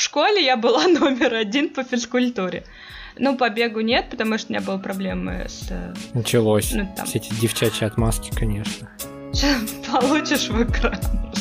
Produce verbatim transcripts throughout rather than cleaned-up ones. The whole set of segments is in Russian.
школе я была номер один по физкультуре. Ну, по бегу нет, потому что у меня были проблемы с... Началось. Ну, там... Все эти девчачьи отмазки, конечно. Получишь в экран.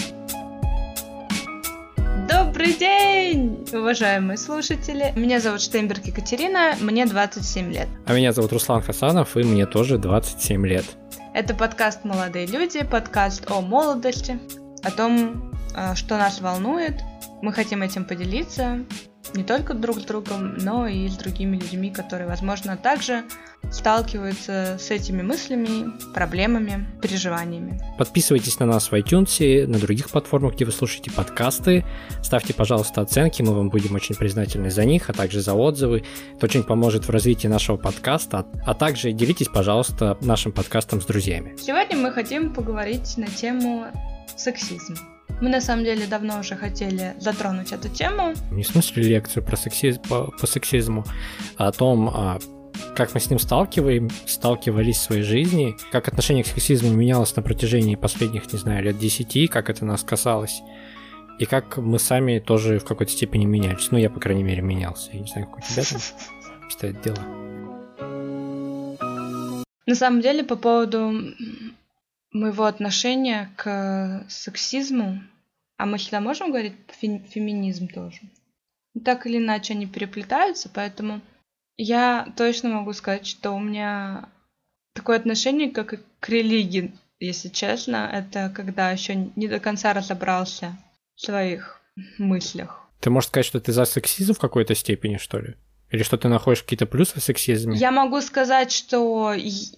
Добрый день, уважаемые слушатели. Меня зовут Штейнберг Екатерина, мне двадцать семь лет. А меня зовут Руслан Хасанов, и мне тоже двадцать семь лет. Это подкаст «Молодые люди», подкаст о молодости, о том, что нас волнует. Мы хотим этим поделиться не только друг с другом, но и с другими людьми, которые, возможно, также сталкиваются с этими мыслями, проблемами, переживаниями. Подписывайтесь на нас в iTunes, на других платформах, где вы слушаете подкасты. Ставьте, пожалуйста, оценки, мы вам будем очень признательны за них, а также за отзывы. Это очень поможет в развитии нашего подкаста. А также делитесь, пожалуйста, нашим подкастом с друзьями. Сегодня мы хотим поговорить на тему сексизма. Мы, на самом деле, давно уже хотели затронуть эту тему. Не в смысле лекцию про сексизм, по, по сексизму, а о том, как мы с ним сталкиваем, сталкивались в своей жизни, как отношение к сексизму менялось на протяжении последних, не знаю, лет десяти, как это нас касалось, и как мы сами тоже в какой-то степени менялись. Ну, я, по крайней мере, менялся. Я не знаю, как у тебя там стоят дела. На самом деле, по поводу моего отношения к сексизму, а мы сюда можем говорить фе- феминизм тоже? Так или иначе они переплетаются, поэтому я точно могу сказать, что у меня такое отношение, как и к религии, если честно. Это когда еще не до конца разобрался в своих мыслях. Ты можешь сказать, что ты за сексизм в какой-то степени, что ли? Или что ты находишь какие-то плюсы в сексизме? Я могу сказать, что...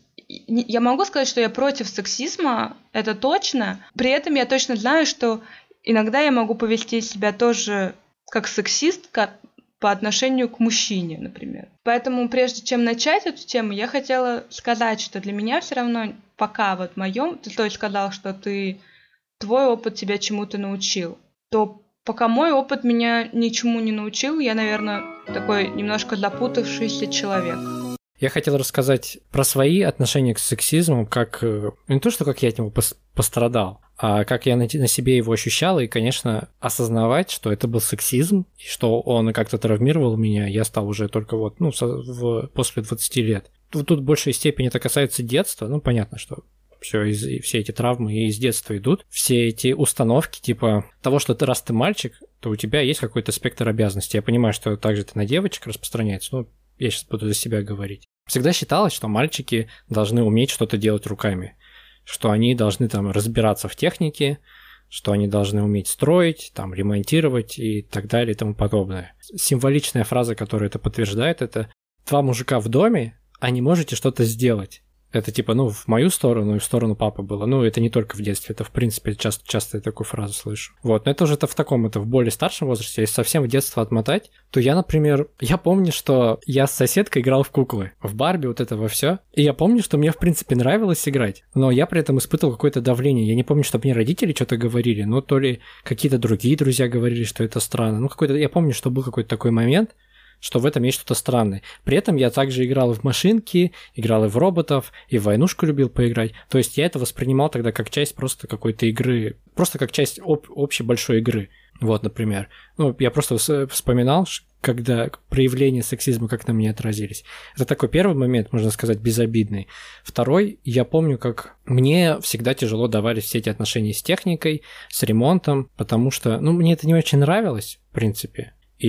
Я могу сказать, что я против сексизма, это точно. При этом я точно знаю, что иногда я могу повести себя тоже как сексистка по отношению к мужчине, например. Поэтому прежде чем начать эту тему, я хотела сказать, что для меня все равно пока вот в моем, ты тоже сказал, что ты твой опыт тебя чему-то научил, то пока мой опыт меня ничему не научил, я, наверное, такой немножко запутавшийся человек. Я хотел рассказать про свои отношения к сексизму, как не то, что как я от него пострадал, а как я на себе его ощущал, и, конечно, осознавать, что это был сексизм, и что он как-то травмировал меня, я стал уже только вот, ну, в, после двадцати лет. Тут, тут в большей степени это касается детства, ну, понятно, что все, из, все эти травмы из детства идут, все эти установки, типа того, что ты, раз ты мальчик, то у тебя есть какой-то спектр обязанностей. Я понимаю, что также это на девочек распространяется, но я сейчас буду за себя говорить. Всегда считалось, что мальчики должны уметь что-то делать руками, что они должны там разбираться в технике, что они должны уметь строить, там, ремонтировать и так далее и тому подобное. Символичная фраза, которая это подтверждает, это «два мужика в доме, а не можете что-то сделать». Это типа, ну, в мою сторону и в сторону папы было. Ну, это не только в детстве, это, в принципе, часто, часто я такую фразу слышу. Вот, но это уже это в таком, это в более старшем возрасте. Если совсем в детство отмотать, то я, например, я помню, что я с соседкой играл в куклы, в Барби, вот это во все. И я помню, что мне, в принципе, нравилось играть, но я при этом испытывал какое-то давление. Я не помню, чтобы мне родители что-то говорили, но то ли какие-то другие друзья говорили, что это странно. Ну, какой-то, я помню, что был какой-то такой момент, что в этом есть что-то странное. При этом я также играл и в машинки, играл и в роботов, и в войнушку любил поиграть. То есть я это воспринимал тогда как часть просто какой-то игры, просто как часть об- общей большой игры. Вот, например. Ну, я просто вспоминал, когда проявления сексизма как на мне отразились. Это такой первый момент, можно сказать, безобидный. Второй, я помню, как мне всегда тяжело давались все эти отношения с техникой, с ремонтом, потому что, ну, мне это не очень нравилось, в принципе.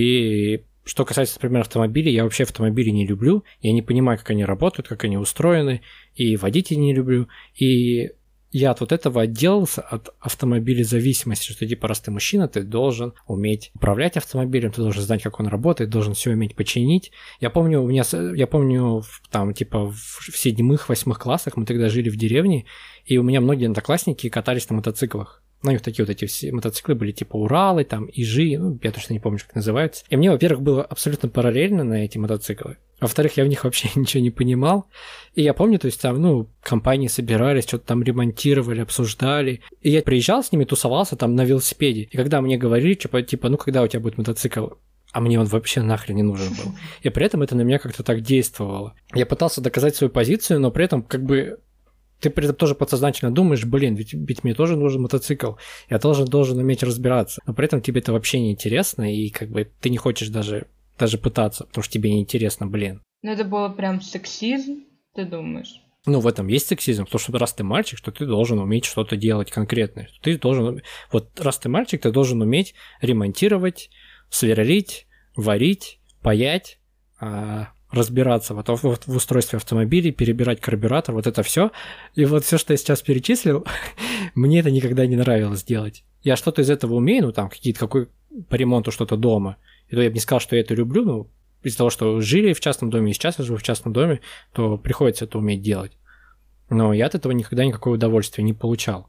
И что касается, например, автомобилей, я вообще автомобили не люблю, я не понимаю, как они работают, как они устроены, и водить не люблю, и я от вот этого отделался, от автомобилей зависимости, что типа раз ты мужчина, ты должен уметь управлять автомобилем, ты должен знать, как он работает, должен все уметь починить. Я помню, у меня, я помню, там типа в седьмых, восьмых классах мы тогда жили в деревне, и у меня многие одноклассники катались на мотоциклах. Ну, у них такие вот эти все мотоциклы были, типа Уралы, там, Ижи, ну, я точно не помню, как называются. И мне, во-первых, было абсолютно параллельно на эти мотоциклы. Во-вторых, я в них вообще ничего не понимал. И я помню, то есть там, ну, компании собирались, что-то там ремонтировали, обсуждали. И я приезжал с ними, тусовался там на велосипеде. И когда мне говорили, типа, типа, ну, когда у тебя будет мотоцикл? А мне он вообще нахрен не нужен был. И при этом это на меня как-то так действовало. Я пытался доказать свою позицию, но при этом как бы ты при этом тоже подсознательно думаешь, блин, ведь, ведь мне тоже нужен мотоцикл, я должен, должен уметь разбираться. Но при этом тебе это вообще не интересно, и как бы ты не хочешь даже, даже пытаться, потому что тебе не интересно, блин. Ну это было прям сексизм, ты думаешь? Ну, в этом есть сексизм, потому что раз ты мальчик, что ты должен уметь что-то делать конкретное. Ты должен, вот раз ты мальчик, ты должен уметь ремонтировать, сверлить, варить, паять, разбираться вот в, в устройстве автомобилей, перебирать карбюратор, вот это все. И вот все, что я сейчас перечислил, мне это никогда не нравилось делать. Я что-то из этого умею, ну там какие-то какой по ремонту что-то дома. И то я бы не сказал, что я это люблю, но из-за того, что жили в частном доме, и сейчас я живу в частном доме, то приходится это уметь делать. Но я от этого никогда никакого удовольствия не получал.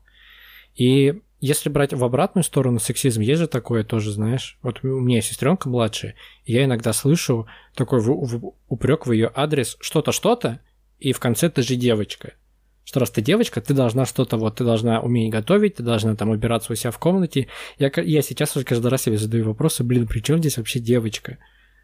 И если брать в обратную сторону сексизм, есть же такое тоже, знаешь. Вот у меня сестренка младшая, и я иногда слышу такой упрек в ее адрес: что-то, что-то, и в конце ты же девочка. Что раз ты девочка, ты должна что-то, вот, ты должна уметь готовить, ты должна там убираться у себя в комнате. Я, я сейчас уже каждый раз себе задаю вопросы: блин, при чем здесь вообще девочка?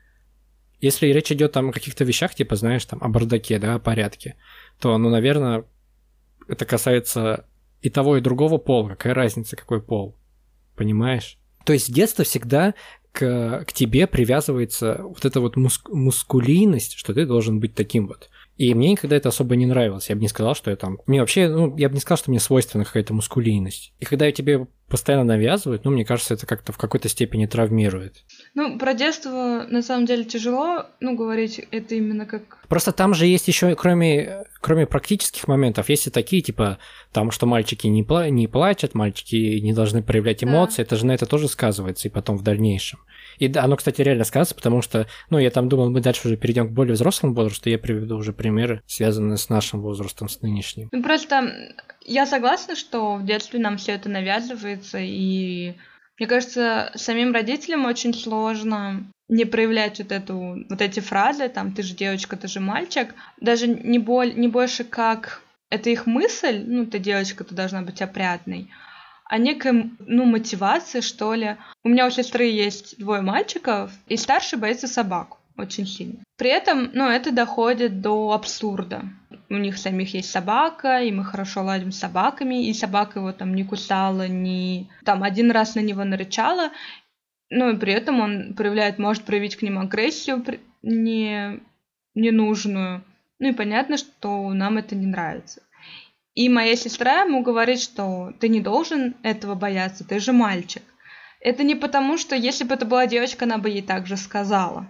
Если речь идет там о каких-то вещах, типа, знаешь, там, о бардаке, да, о порядке, то, ну, наверное, это касается и того, и другого пола. Какая разница, какой пол? Понимаешь? То есть с детства всегда к, к тебе привязывается вот эта вот муск, мускулинность, что ты должен быть таким вот. И мне никогда это особо не нравилось. Я бы не сказал, что я там... Мне вообще, ну, я бы не сказал, что мне свойственна какая-то мускулинность. И когда тебе постоянно навязывают, ну, мне кажется, это как-то в какой-то степени травмирует. Ну, про детство, на самом деле, тяжело, ну, говорить это именно как... Просто там же есть еще, кроме, кроме практических моментов, есть и такие, типа, там, что мальчики не, пла- не плачут, мальчики не должны проявлять эмоции, да. Это же на это тоже сказывается и потом в дальнейшем. И да, оно, кстати, реально сказывается, потому что, ну, я там думал, мы дальше уже перейдем к более взрослому возрасту, я приведу уже примеры, связанные с нашим возрастом, с нынешним. Ну, просто я согласна, что в детстве нам все это навязывается, и мне кажется, самим родителям очень сложно не проявлять вот эту, вот эти фразы, там, ты же девочка, ты же мальчик, даже не, боль, не больше как это их мысль, ну, ты девочка, ты должна быть опрятной, а некая, ну, мотивация, что ли. У меня у сестры есть двое мальчиков, и старший боится собак очень сильно. При этом, ну, это доходит до абсурда. У них самих есть собака, и мы хорошо ладим с собаками, и собака его там не кусала, не... Там один раз на него нарычала, ну, и при этом он проявляет, может проявить к ним агрессию не, ненужную. Ну, и понятно, что нам это не нравится. И моя сестра ему говорит, что ты не должен этого бояться, ты же мальчик. Это не потому, что если бы это была девочка, она бы ей так же сказала.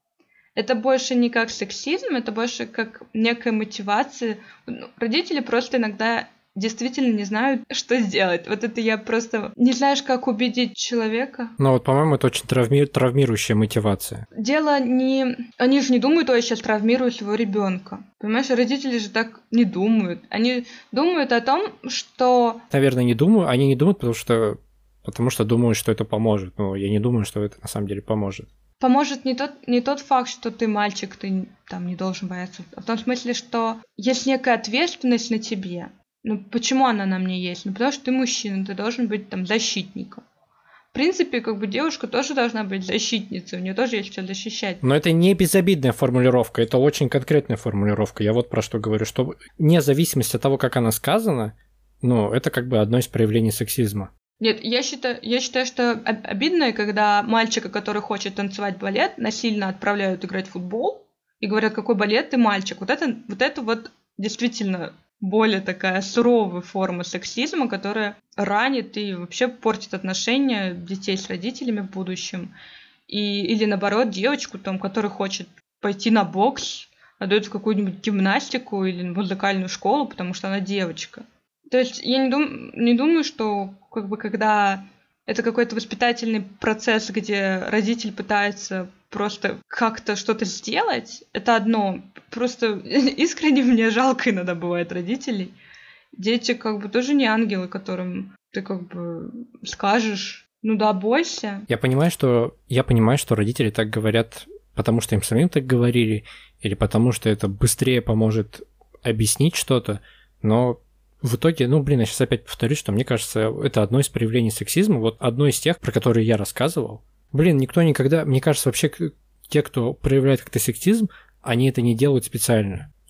Это больше не как сексизм, это больше как некая мотивация. Родители просто иногда действительно не знают, что сделать. Вот это я просто... Не знаешь, как убедить человека. Ну вот, по-моему, это очень травми... травмирующая мотивация. Дело не... Они же не думают, что я сейчас травмирую своего ребенка. Понимаешь, родители же так не думают. Они думают о том, что... Наверное, не думаю. Они не думают, потому что... Потому что думают, что это поможет. Но я не думаю, что это на самом деле поможет. Поможет не тот, не тот факт, что ты мальчик, ты там не должен бояться. А в том смысле, что есть некая ответственность на тебе. Ну, почему она на мне есть? Ну, потому что ты мужчина, ты должен быть там защитником. В принципе, как бы девушка тоже должна быть защитницей, у нее тоже есть что защищать. Но это не безобидная формулировка, это очень конкретная формулировка. Я вот про что говорю, что вне зависимости от того, как она сказана, ну, это как бы одно из проявлений сексизма. Нет, я считаю, я считаю, что обидно, когда мальчика, который хочет танцевать балет, насильно отправляют играть в футбол и говорят, какой балет, ты мальчик. Вот это вот, это вот действительно более такая суровая форма сексизма, которая ранит и вообще портит отношения детей с родителями в будущем. И, или наоборот, девочку, там, которая хочет пойти на бокс, отдают в какую-нибудь гимнастику или музыкальную школу, потому что она девочка. То есть я не, дум, не думаю, что как бы, когда это какой-то воспитательный процесс, где родитель пытается просто как-то что-то сделать, это одно. Просто искренне мне жалко иногда бывает родителей. Дети как бы тоже не ангелы, которым ты как бы скажешь, ну да, бойся. Я понимаю, что, я понимаю, что родители так говорят, потому что им самим так говорили, или потому что это быстрее поможет объяснить что-то, но в итоге, ну, блин, я сейчас опять повторюсь, что мне кажется, это одно из проявлений сексизма, вот одно из тех, про которые я рассказывал. Блин, никто никогда, мне кажется, вообще те, кто проявляет как-то сексизм, они это не делают специально.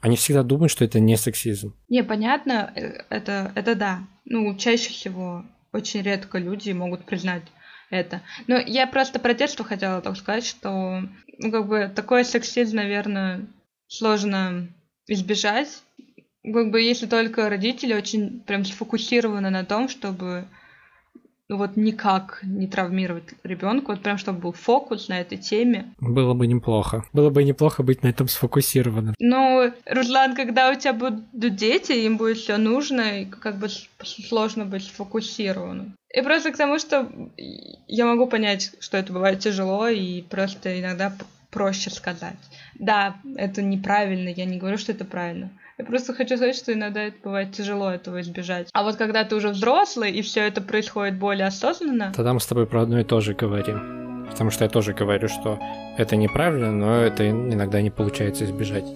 Они всегда думают, что это не сексизм. Не, понятно, это, это да. Ну, чаще всего очень редко люди могут признать это. Но я просто про детство хотела так сказать, что ну, как бы такой сексизм, наверное, сложно избежать. Как бы если только родители очень прям сфокусированы на том, чтобы ну, вот никак не травмировать ребенка, вот прям чтобы был фокус на этой теме. Было бы неплохо. Было бы неплохо быть на этом сфокусированным. Ну, Руслан, когда у тебя будут дети, им будет все нужно, и как бы сложно быть сфокусированным. И просто к тому, что я могу понять, что это бывает тяжело, и просто иногда проще сказать. Да, это неправильно, я не говорю, что это правильно. Я просто хочу сказать, что иногда это бывает тяжело этого избежать. А вот когда ты уже взрослый, и все это происходит более осознанно... Тогда мы с тобой про одно и то же говорим. Потому что я тоже говорю, что это неправильно, но это иногда не получается избежать.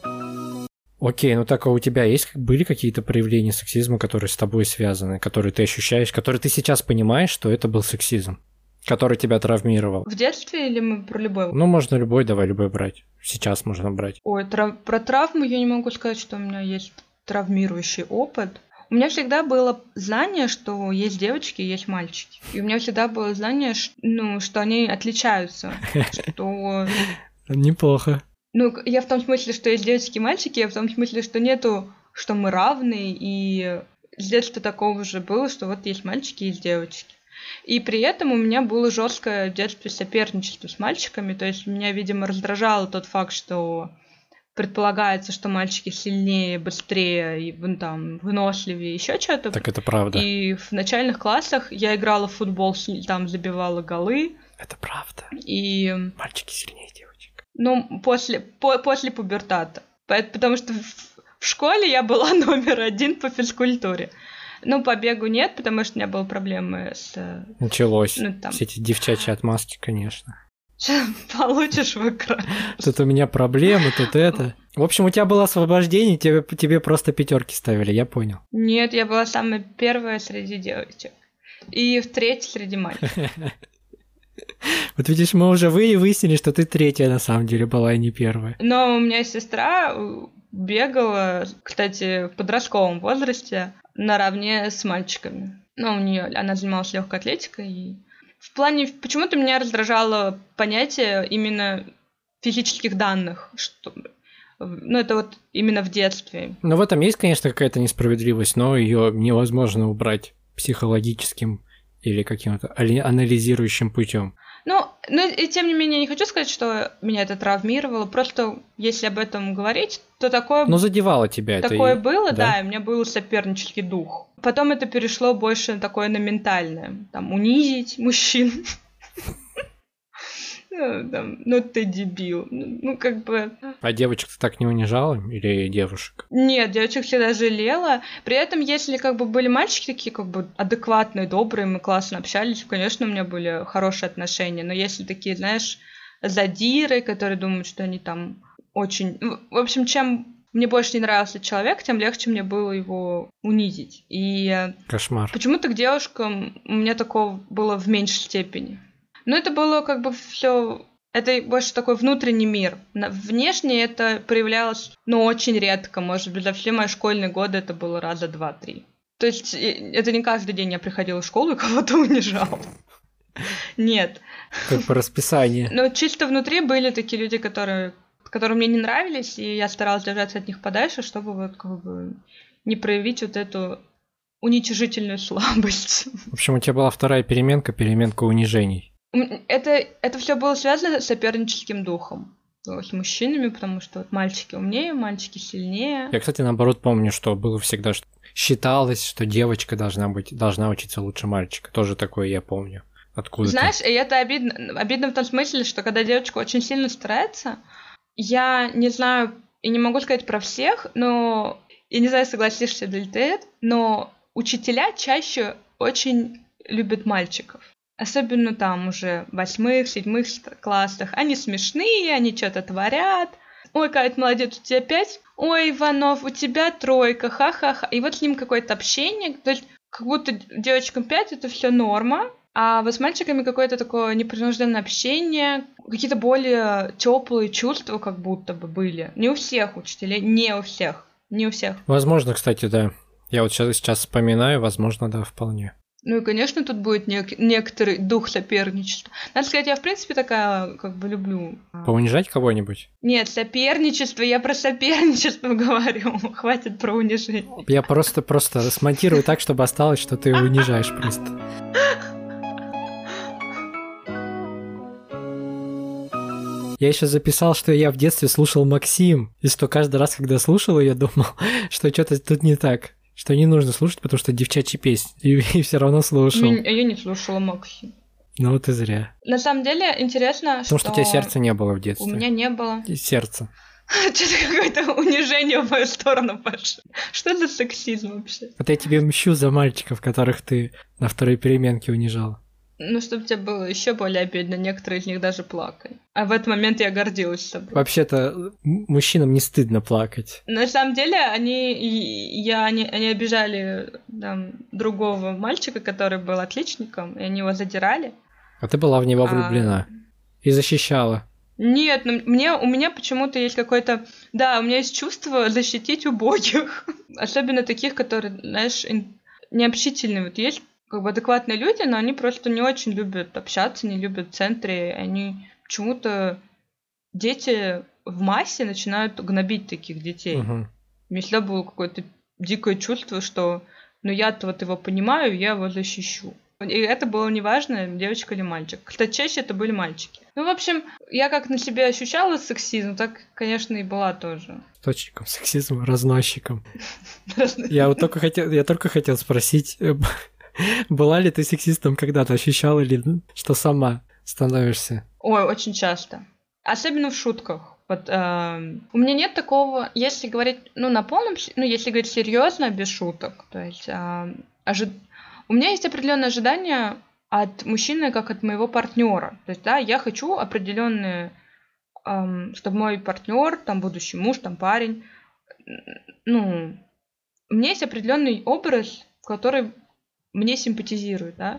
Окей, ну так, а у тебя есть, были какие-то проявления сексизма, которые с тобой связаны, которые ты ощущаешь, которые ты сейчас понимаешь, что это был сексизм? Который тебя травмировал. В детстве или мы про любой? Ну, можно любой, давай любой брать. Сейчас можно брать. Ой, трав... про травму я не могу сказать, что у меня есть травмирующий опыт. У меня всегда было знание, что есть девочки и есть мальчики. И у меня всегда было знание, что, ну, что они отличаются. Что... Неплохо. Ну, я в том смысле, что есть девочки и мальчики, я в том смысле, что нету, что мы равны. И с детства такого же было, что вот есть мальчики и есть девочки. И при этом у меня было жесткое в детстве соперничество с мальчиками. То есть меня, видимо, раздражал тот факт, что предполагается, что мальчики сильнее, быстрее и ну, там, выносливее, еще что-то. Так это правда. И в начальных классах я играла в футбол, там забивала голы. Это правда. И... Мальчики сильнее девочек. Ну, после, по, после пубертата. Потому что в, в школе я была номер один по физкультуре. Ну, по бегу нет, потому что у меня были проблемы с... Началось. Ну, там... Все эти девчачьи отмазки, конечно. Получишь в экран. Тут у меня проблемы, тут это. В общем, у тебя было освобождение, тебе, тебе просто пятерки ставили, я понял. Нет, я была самая первая среди девочек. И в третьей среди мальчиков. Вот видишь, мы уже вы выяснили, что ты третья на самом деле была, и не первая. Но у меня сестра бегала, кстати, в подростковом возрасте наравне с мальчиками. Ну, у нее она занималась легкой атлетикой. И... В плане, почему-то меня раздражало понятие именно физических данных, что, ну, это вот именно в детстве. Ну, в этом есть, конечно, какая-то несправедливость, но ее невозможно убрать психологическим или каким-то анализирующим путем. Ну, ну, и тем не менее, я не хочу сказать, что меня это травмировало, просто если об этом говорить, то такое... Ну, задевало тебя такое это. Такое было, да? да, и у меня был сопернический дух. Потом это перешло больше на такое на ментальное. Там, унизить мужчин. Ну, ты дебил. Ну, как бы... А девочек ты так не унижала? Или девушек? Нет, девочек всегда жалела. При этом, если как бы были мальчики такие как бы адекватные, добрые, мы классно общались, конечно, у меня были хорошие отношения. Но если такие, знаешь, задиры, которые думают, что они там очень... В общем, чем мне больше не нравился человек, тем легче мне было его унизить. И кошмар. Почему-то к девушкам у меня такого было в меньшей степени. Но это было как бы все, это больше такой внутренний мир. Внешне это проявлялось, ну, очень редко. Может быть, за все мои школьные годы это было раза два-три. То есть это не каждый день я приходила в школу и кого-то унижала. Нет. Как по расписанию. Но чисто внутри были такие люди, которые, которые мне не нравились, и я старалась держаться от них подальше, чтобы вот как бы не проявить вот эту уничижительную слабость. В общем, у тебя была вторая переменка, переменка унижений. Это, это все было связано с соперническим духом с мужчинами, потому что вот мальчики умнее, мальчики сильнее. Я, кстати, наоборот помню, что было всегда, что считалось, что девочка должна быть, должна учиться лучше мальчика. Тоже такое я помню. Откуда-то. Знаешь, и это обидно, обидно в том смысле, что когда девочка очень сильно старается, я не знаю и не могу сказать про всех, но я не знаю, согласишься ли ты, но учителя чаще очень любят мальчиков. Особенно там уже в восьмых, седьмых классах. Они смешные, они что-то творят. Ой, Кать, молодец, у тебя пять. Ой, Иванов, у тебя тройка, ха-ха-ха. И вот с ним какое-то общение. То есть как будто девочкам пять это все норма. А вот с мальчиками какое-то такое непринужденное общение, какие-то более теплые чувства как будто бы были. Не у всех учителей, не у всех, не у всех. Возможно, кстати, да. Я вот сейчас, сейчас вспоминаю, возможно, да, вполне. Ну и, конечно, тут будет нек- некоторый дух соперничества. Надо сказать, я, в принципе, такая, как бы, люблю. Поунижать кого-нибудь? Нет, соперничество, я про соперничество говорю. Хватит про унижение. Я просто, просто смонтирую так, чтобы осталось, что ты унижаешь просто. Я еще записал, что я в детстве слушал Максим, и что каждый раз, когда слушал ее, думал, что что-то тут не так. Что не нужно слушать, потому что девчачьи песни. И, и все равно слушал. Я, я не слушала Максим. Ну вот и зря. На самом деле, интересно, потому что... что у тебя сердца не было в детстве. У меня не было. И сердце. Что-то какое-то унижение в мою сторону пошло. Что за сексизм вообще? Вот я тебе мщу за мальчиков, которых ты на второй переменке унижал. Ну, чтобы тебе было еще более обидно, некоторые из них даже плакали. А в этот момент я гордилась собой. Вообще-то мужчинам не стыдно плакать. На самом деле, они, я, они, они обижали там, другого мальчика, который был отличником, и они его задирали. А ты была в него влюблена а... и защищала. Нет, ну, мне, у меня почему-то есть какое-то... Да, у меня есть чувство защитить убогих. Особенно таких, которые, знаешь, необщительные. Вот есть как бы адекватные люди, но они просто не очень любят общаться, не любят в центре. Они почему-то... Дети в массе начинают гнобить таких детей. Угу. У меня всегда было какое-то дикое чувство, что ну я-то вот его понимаю, я его защищу. И это было неважно, девочка или мальчик. Кстати, чаще это были мальчики. Ну, в общем, я как на себе ощущала сексизм, так, конечно, и была тоже. Источником сексизма, разносчиком. Я вот только хотел, я только хотел спросить, была ли ты сексистом когда-то, ощущала ли, что сама становишься? Ой, очень часто. Особенно в шутках. Вот, э, у меня нет такого, если говорить, ну, на полном, ну, если говорить серьезно, без шуток. То есть, э, ожи... у меня есть определенные ожидания от мужчины, как от моего партнера. То есть, да, я хочу определенные, э, чтобы мой партнер, там, будущий муж, там, парень, ну, у меня есть определенный образ, который мне симпатизирует, да.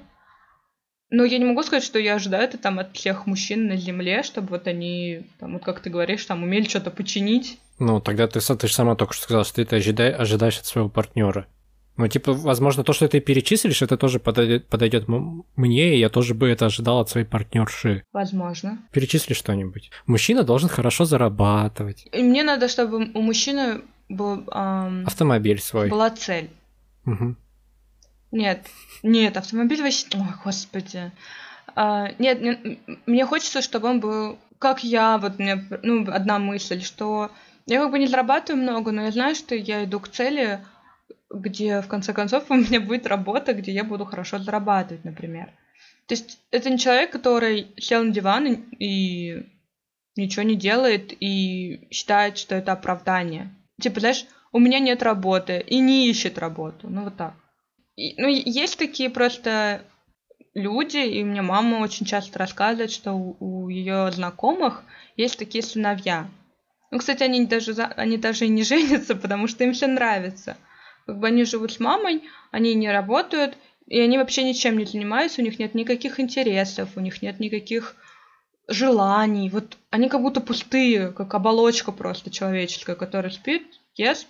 Но я не могу сказать, что я ожидаю это там от всех мужчин на земле, чтобы вот они, там, вот как ты говоришь, там умели что-то починить. Ну, тогда ты, ты же сама только что сказала, что ты это ожидай, ожидаешь от своего партнера. Ну, типа, возможно, то, что ты перечислишь, это тоже подойдет, подойдет мне, и я тоже бы это ожидал от своей партнерши. Возможно. Перечисли что-нибудь. Мужчина должен хорошо зарабатывать. И мне надо, чтобы у мужчины был... Эм, автомобиль свой. Была цель. Угу. Нет, нет, автомобиль вообще... Ой, господи. А, нет, не... мне хочется, чтобы он был... Как я, вот у меня, ну, одна мысль, что я как бы не зарабатываю много, но я знаю, что я иду к цели, где, в конце концов, у меня будет работа, где я буду хорошо зарабатывать, например. То есть это не человек, который сел на диван и, и ничего не делает и считает, что это оправдание. Типа, знаешь, у меня нет работы и не ищет работу. Ну, вот так. И, ну, есть такие просто люди, и мне мама очень часто рассказывает, что у, у ее знакомых есть такие сыновья. Ну, кстати, они даже, они даже и не женятся, потому что им все нравится. Как бы они живут с мамой, они не работают, и они вообще ничем не занимаются, у них нет никаких интересов, у них нет никаких желаний. Вот они как будто пустые, как оболочка просто человеческая, которая спит, ест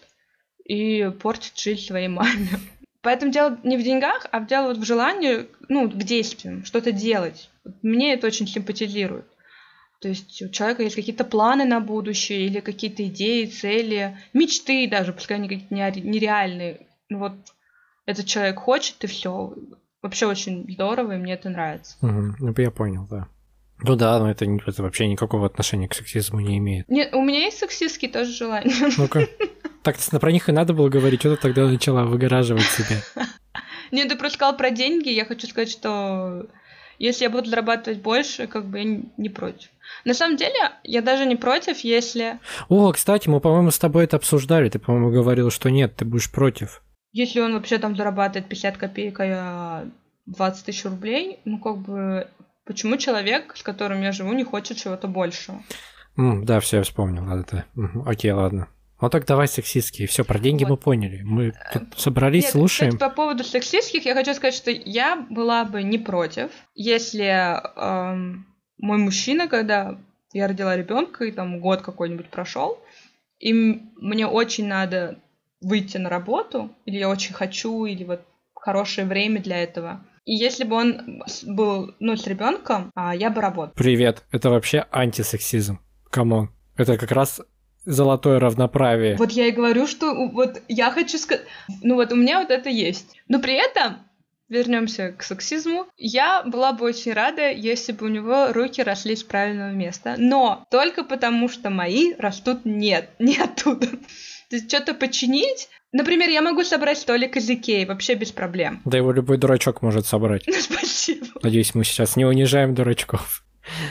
и портит жизнь своей маме. Поэтому дело не в деньгах, а дело вот в желании, ну, к действиям, что-то делать. Мне это очень симпатизирует. То есть у человека есть какие-то планы на будущее или какие-то идеи, цели, мечты даже, пускай они какие-то нереальные. Ну вот этот человек хочет, и все. Вообще очень здорово, и мне это нравится. Угу, ну я понял, да. Ну да, но это, это вообще никакого отношения к сексизму не имеет. Нет, у меня есть сексистские тоже желания. Ну-ка. Так про них и надо было говорить, что ты тогда начала выгораживать себя. Нет, ты просто сказал про деньги, я хочу сказать, что если я буду зарабатывать больше, как бы я не против. На самом деле, я даже не против, если... О, кстати, мы, по-моему, с тобой это обсуждали, ты, по-моему, говорила, что нет, ты будешь против. Если он вообще там зарабатывает пятьдесят копеек, а я двадцать тысяч рублей, ну как бы... Почему человек, с которым я живу, не хочет чего-то большего? Mm, да, все, я вспомнил, ладно. Угу. Окей, ладно. Ну так давай сексистские. Все, про деньги вот. Мы поняли. Мы тут собрались, Нет, слушаем. Кстати, по поводу сексистских я хочу сказать, что я была бы не против, если эм, мой мужчина, когда я родила ребенка, и там год какой-нибудь прошел, и мне очень надо выйти на работу, или я очень хочу, или вот хорошее время для этого. И если бы он был, ну, с ребенком, а я бы работала. Привет, это вообще антисексизм. Камон. Это как раз золотое равноправие. Вот я и говорю, что вот я хочу сказать... Ну вот у меня вот это есть. Но при этом, вернемся к сексизму, я была бы очень рада, если бы у него руки росли с правильного места. Но только потому, что мои растут нет, не оттуда. То есть что-то починить... Например, я могу собрать столик из Икеи вообще без проблем. Да его любой дурачок может собрать. Спасибо. Надеюсь, мы сейчас не унижаем дурачков.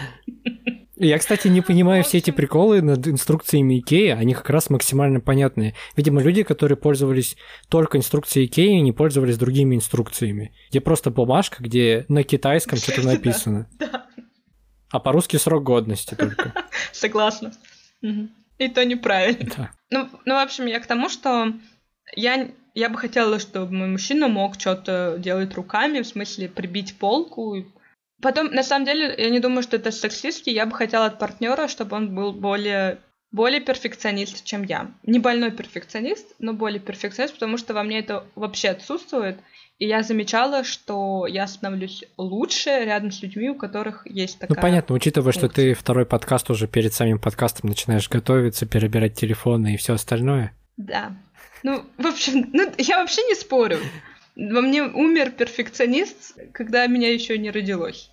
Я, кстати, не понимаю все эти приколы над инструкциями Икеи, они как раз максимально понятные. Видимо, люди, которые пользовались только инструкцией Икеи, не пользовались другими инструкциями. Где просто бумажка, где на китайском что-то написано. Да. А по-русски срок годности только. Согласна. И то неправильно. Да. Ну, ну, в общем, я к тому, что я, я бы хотела, чтобы мой мужчина мог что-то делать руками, в смысле прибить полку. Потом, на самом деле, я не думаю, что это сексистски. Я бы хотела от партнера, чтобы он был более, более перфекционист, чем я. Не больной перфекционист, но более перфекционист, потому что во мне это вообще отсутствует. И я замечала, что я становлюсь лучше рядом с людьми, у которых есть такая... Ну, понятно, учитывая, функция. Что ты второй подкаст уже перед самим подкастом начинаешь готовиться, перебирать телефоны и все остальное. Да. Ну, в общем, ну, я вообще не спорю. Во мне умер перфекционист, когда меня еще не родилось.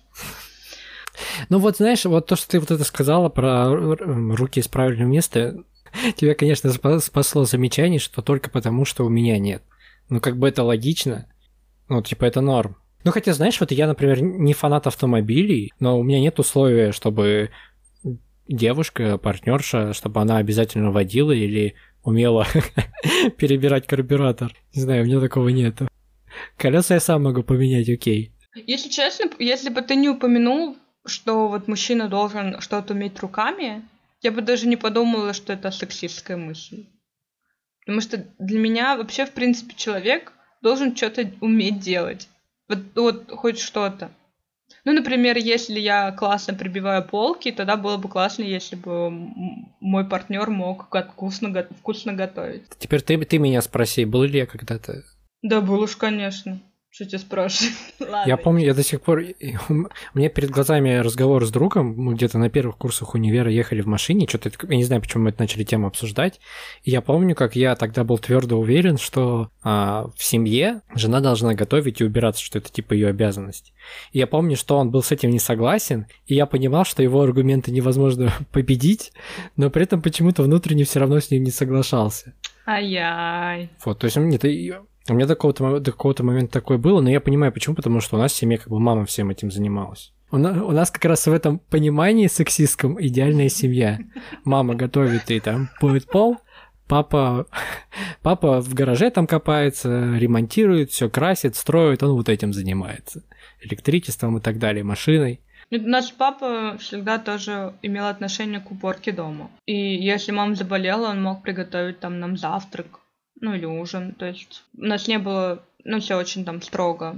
Ну вот, знаешь, вот то, что ты вот это сказала про руки из правильного места, тебя, конечно, спасло замечание, что только потому, что у меня нет. Ну, как бы это логично. Ну, типа, это норм. Ну, хотя, знаешь, вот я, например, не фанат автомобилей, но у меня нет условия, чтобы девушка, партнерша, чтобы она обязательно водила или умела перебирать карбюратор. Не знаю, у меня такого нету. Колеса я сам могу поменять, окей. Если честно, если бы ты не упомянул, что вот мужчина должен что-то уметь руками, я бы даже не подумала, что это сексистская мысль. Потому что для меня вообще, в принципе, человек должен что-то уметь делать. Вот, вот хоть что-то. Ну, например, если я классно прибиваю полки, тогда было бы классно, если бы мой партнер мог вкусно, вкусно готовить. Теперь ты, ты меня спроси, был ли я когда-то... Да, был уж, конечно. Что тебя спрашивать? Я помню, я до сих пор... У меня перед глазами разговор с другом, мы где-то на первых курсах универа ехали в машине, что-то, я не знаю, почему мы это начали тему обсуждать, и я помню, как я тогда был твердо уверен, что а, в семье жена должна готовить и убираться, что это типа ее обязанность. И я помню, что он был с этим не согласен, и я понимал, что его аргументы невозможно победить, но при этом почему-то внутренне все равно с ним не соглашался. Ай-яй. Вот, то есть нет, у меня до какого-то, до какого-то момента такое было, но я понимаю, почему, потому что у нас в семье как бы мама всем этим занималась. У нас, у нас как раз в этом понимании сексистском идеальная семья. Мама готовит и там поет пол, папа, папа в гараже там копается, ремонтирует, все красит, строит, он вот этим занимается. Электричеством и так далее, машиной. Наш папа всегда тоже имел отношение к уборке дома. И если мама заболела, он мог приготовить там нам завтрак. Ну, или ужин, то есть у нас не было, ну, все очень там строго.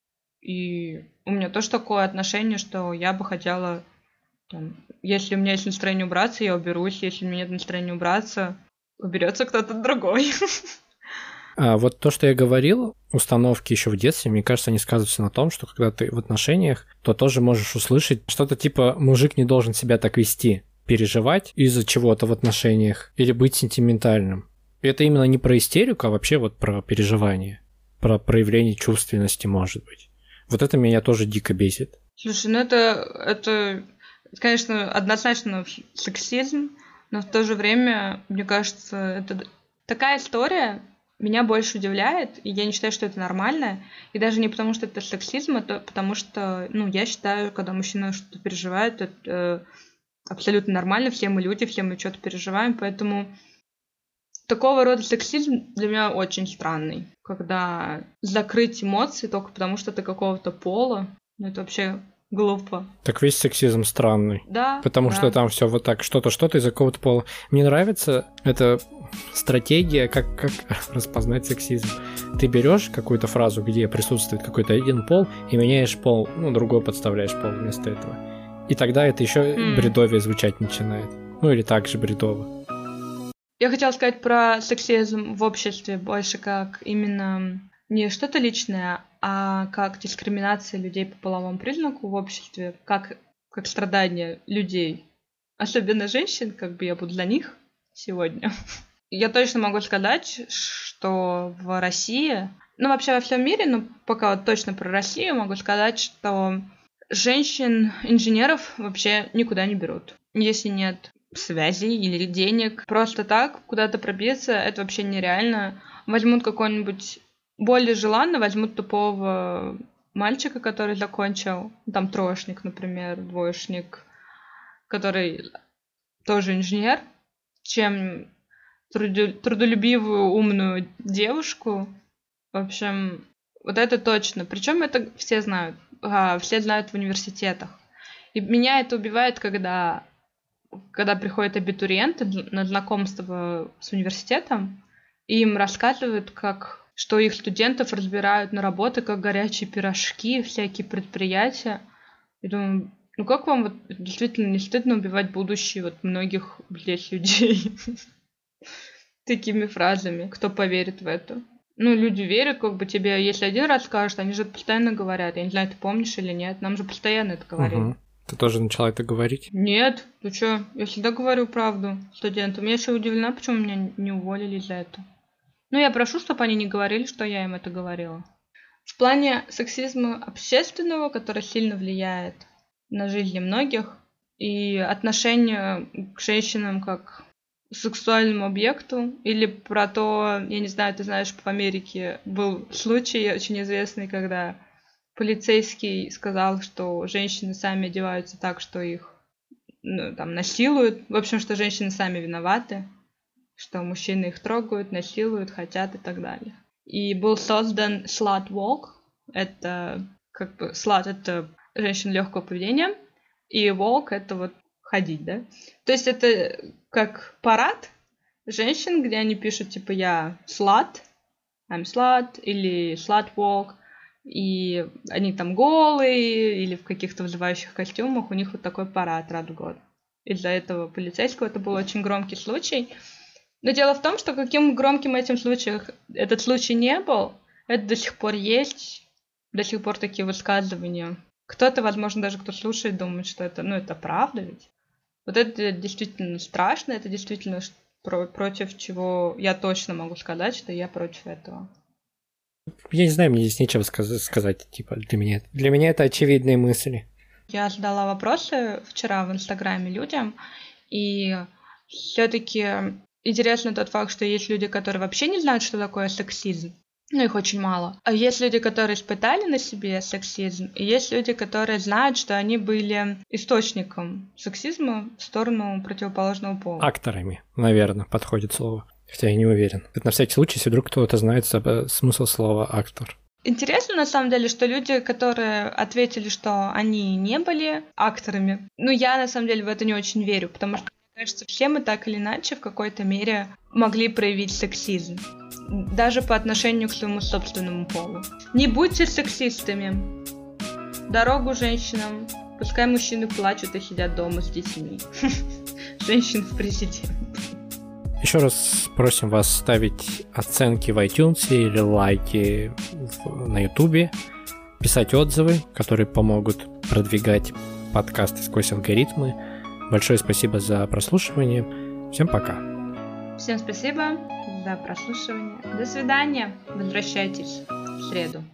И у меня тоже такое отношение, что я бы хотела, там, если у меня есть настроение убраться, я уберусь, если у меня нет настроения убраться, уберется кто-то другой. А вот то, что я говорил, установки еще в детстве, мне кажется, они сказываются на том, что когда ты в отношениях, то тоже можешь услышать что-то типа «мужик не должен себя так вести», переживать из-за чего-то в отношениях или быть сентиментальным. Это именно не про истерику, а вообще вот про переживание, про проявление чувственности, может быть. Вот это меня тоже дико бесит. Слушай, ну это, это, конечно, однозначно сексизм, но в то же время, мне кажется, это такая история меня больше удивляет, и я не считаю, что это нормально, и даже не потому, что это сексизм, а то, потому что, ну, я считаю, когда мужчина что-то переживает, это э, абсолютно нормально, все мы люди, все мы что-то переживаем, поэтому... Такого рода сексизм для меня очень странный, когда закрыть эмоции только потому, что ты какого-то пола, ну это вообще глупо. Так весь сексизм странный. Да. Потому да. что там все вот так, что-то, что-то из-за какого-то пола. Мне нравится эта стратегия, как, как распознать сексизм. Ты берешь какую-то фразу, где присутствует какой-то один пол, и меняешь пол, ну, другой подставляешь пол вместо этого. И тогда это еще mm. бредовее звучать начинает. Ну, или так же бредово. Я хотела сказать про сексизм в обществе больше как именно не что-то личное, а как дискриминация людей по половому признаку в обществе, как, как страдания людей, особенно женщин, как бы я буду для них сегодня. Я точно могу сказать, что в России, ну вообще во всем мире, но пока вот точно про Россию могу сказать, что женщин-инженеров вообще никуда не берут, если нет связей или денег. Просто так куда-то пробиться, это вообще нереально. Возьмут какой-нибудь более желанно, возьмут тупого мальчика, который закончил, там троечник, например, двоечник, который тоже инженер, чем трудолюбивую, умную девушку. В общем, вот это точно. Причем это все знают. А, все знают в университетах. И меня это убивает, когда, когда приходят абитуриенты на знакомство с университетом, и им рассказывают, как, что их студентов разбирают на работы, как горячие пирожки, всякие предприятия. И думаю, ну как вам вот действительно не стыдно убивать будущее вот многих здесь людей такими фразами? Кто поверит в это? Ну, люди верят, как бы тебе, если один раз скажут, они же постоянно говорят. Я не знаю, ты помнишь или нет, нам же постоянно это говорили. Угу. Ты тоже начала это говорить? Нет, ты что? Я всегда говорю правду студентам. Я еще удивлена, почему меня не уволили за это. Ну, я прошу, чтобы они не говорили, что я им это говорила. В плане сексизма общественного, который сильно влияет на жизни многих, и отношение к женщинам как к сексуальному объекту, или про то, я не знаю, ты знаешь, в Америке был случай очень известный, когда полицейский сказал, что женщины сами одеваются так, что их ну, там насилуют. В общем, что женщины сами виноваты, что мужчины их трогают, насилуют, хотят и так далее. И был создан slut walk. Это как бы slut — это женщина легкого поведения, и walk — это вот ходить, да? То есть это как парад женщин, где они пишут, типа, я slut, I'm slut, или slut walk, и они там голые, или в каких-то вызывающих костюмах, у них вот такой парад раз в год. Из-за этого полицейского это был очень громкий случай. Но дело в том, что каким громким этим случаем этот случай не был, это до сих пор есть, до сих пор такие высказывания. Кто-то, возможно, даже кто слушает, думает, что это, ну, это правда ведь. Вот это действительно страшно, это действительно про- против чего я точно могу сказать, что я против этого. Я не знаю, мне здесь нечего сказ- сказать, типа, для меня. Для меня это очевидные мысли. Я задала вопросы вчера в Инстаграме людям, и все-таки интересно тот факт, что есть люди, которые вообще не знают, что такое сексизм. Ну, их очень мало. А есть люди, которые испытали на себе сексизм, и есть люди, которые знают, что они были источником сексизма в сторону противоположного пола. Акторами, наверное, подходит слово. Хотя я не уверен. Это на всякий случай, если вдруг кто-то знает смысл слова «актор». Интересно, на самом деле, что люди, которые ответили, что они не были акторами, ну, я, на самом деле, в это не очень верю, потому что, мне кажется, все мы так или иначе в какой-то мере могли проявить сексизм. Даже по отношению к своему собственному полу. Не будьте сексистами. Дорогу женщинам. Пускай мужчины плачут и сидят дома с детьми. Женщин в президент. Еще раз просим вас ставить оценки в iTunes или лайки на YouTube, писать отзывы, которые помогут продвигать подкасты сквозь алгоритмы. Большое спасибо за прослушивание. Всем пока. Всем спасибо за прослушивание. До свидания. Возвращайтесь в среду.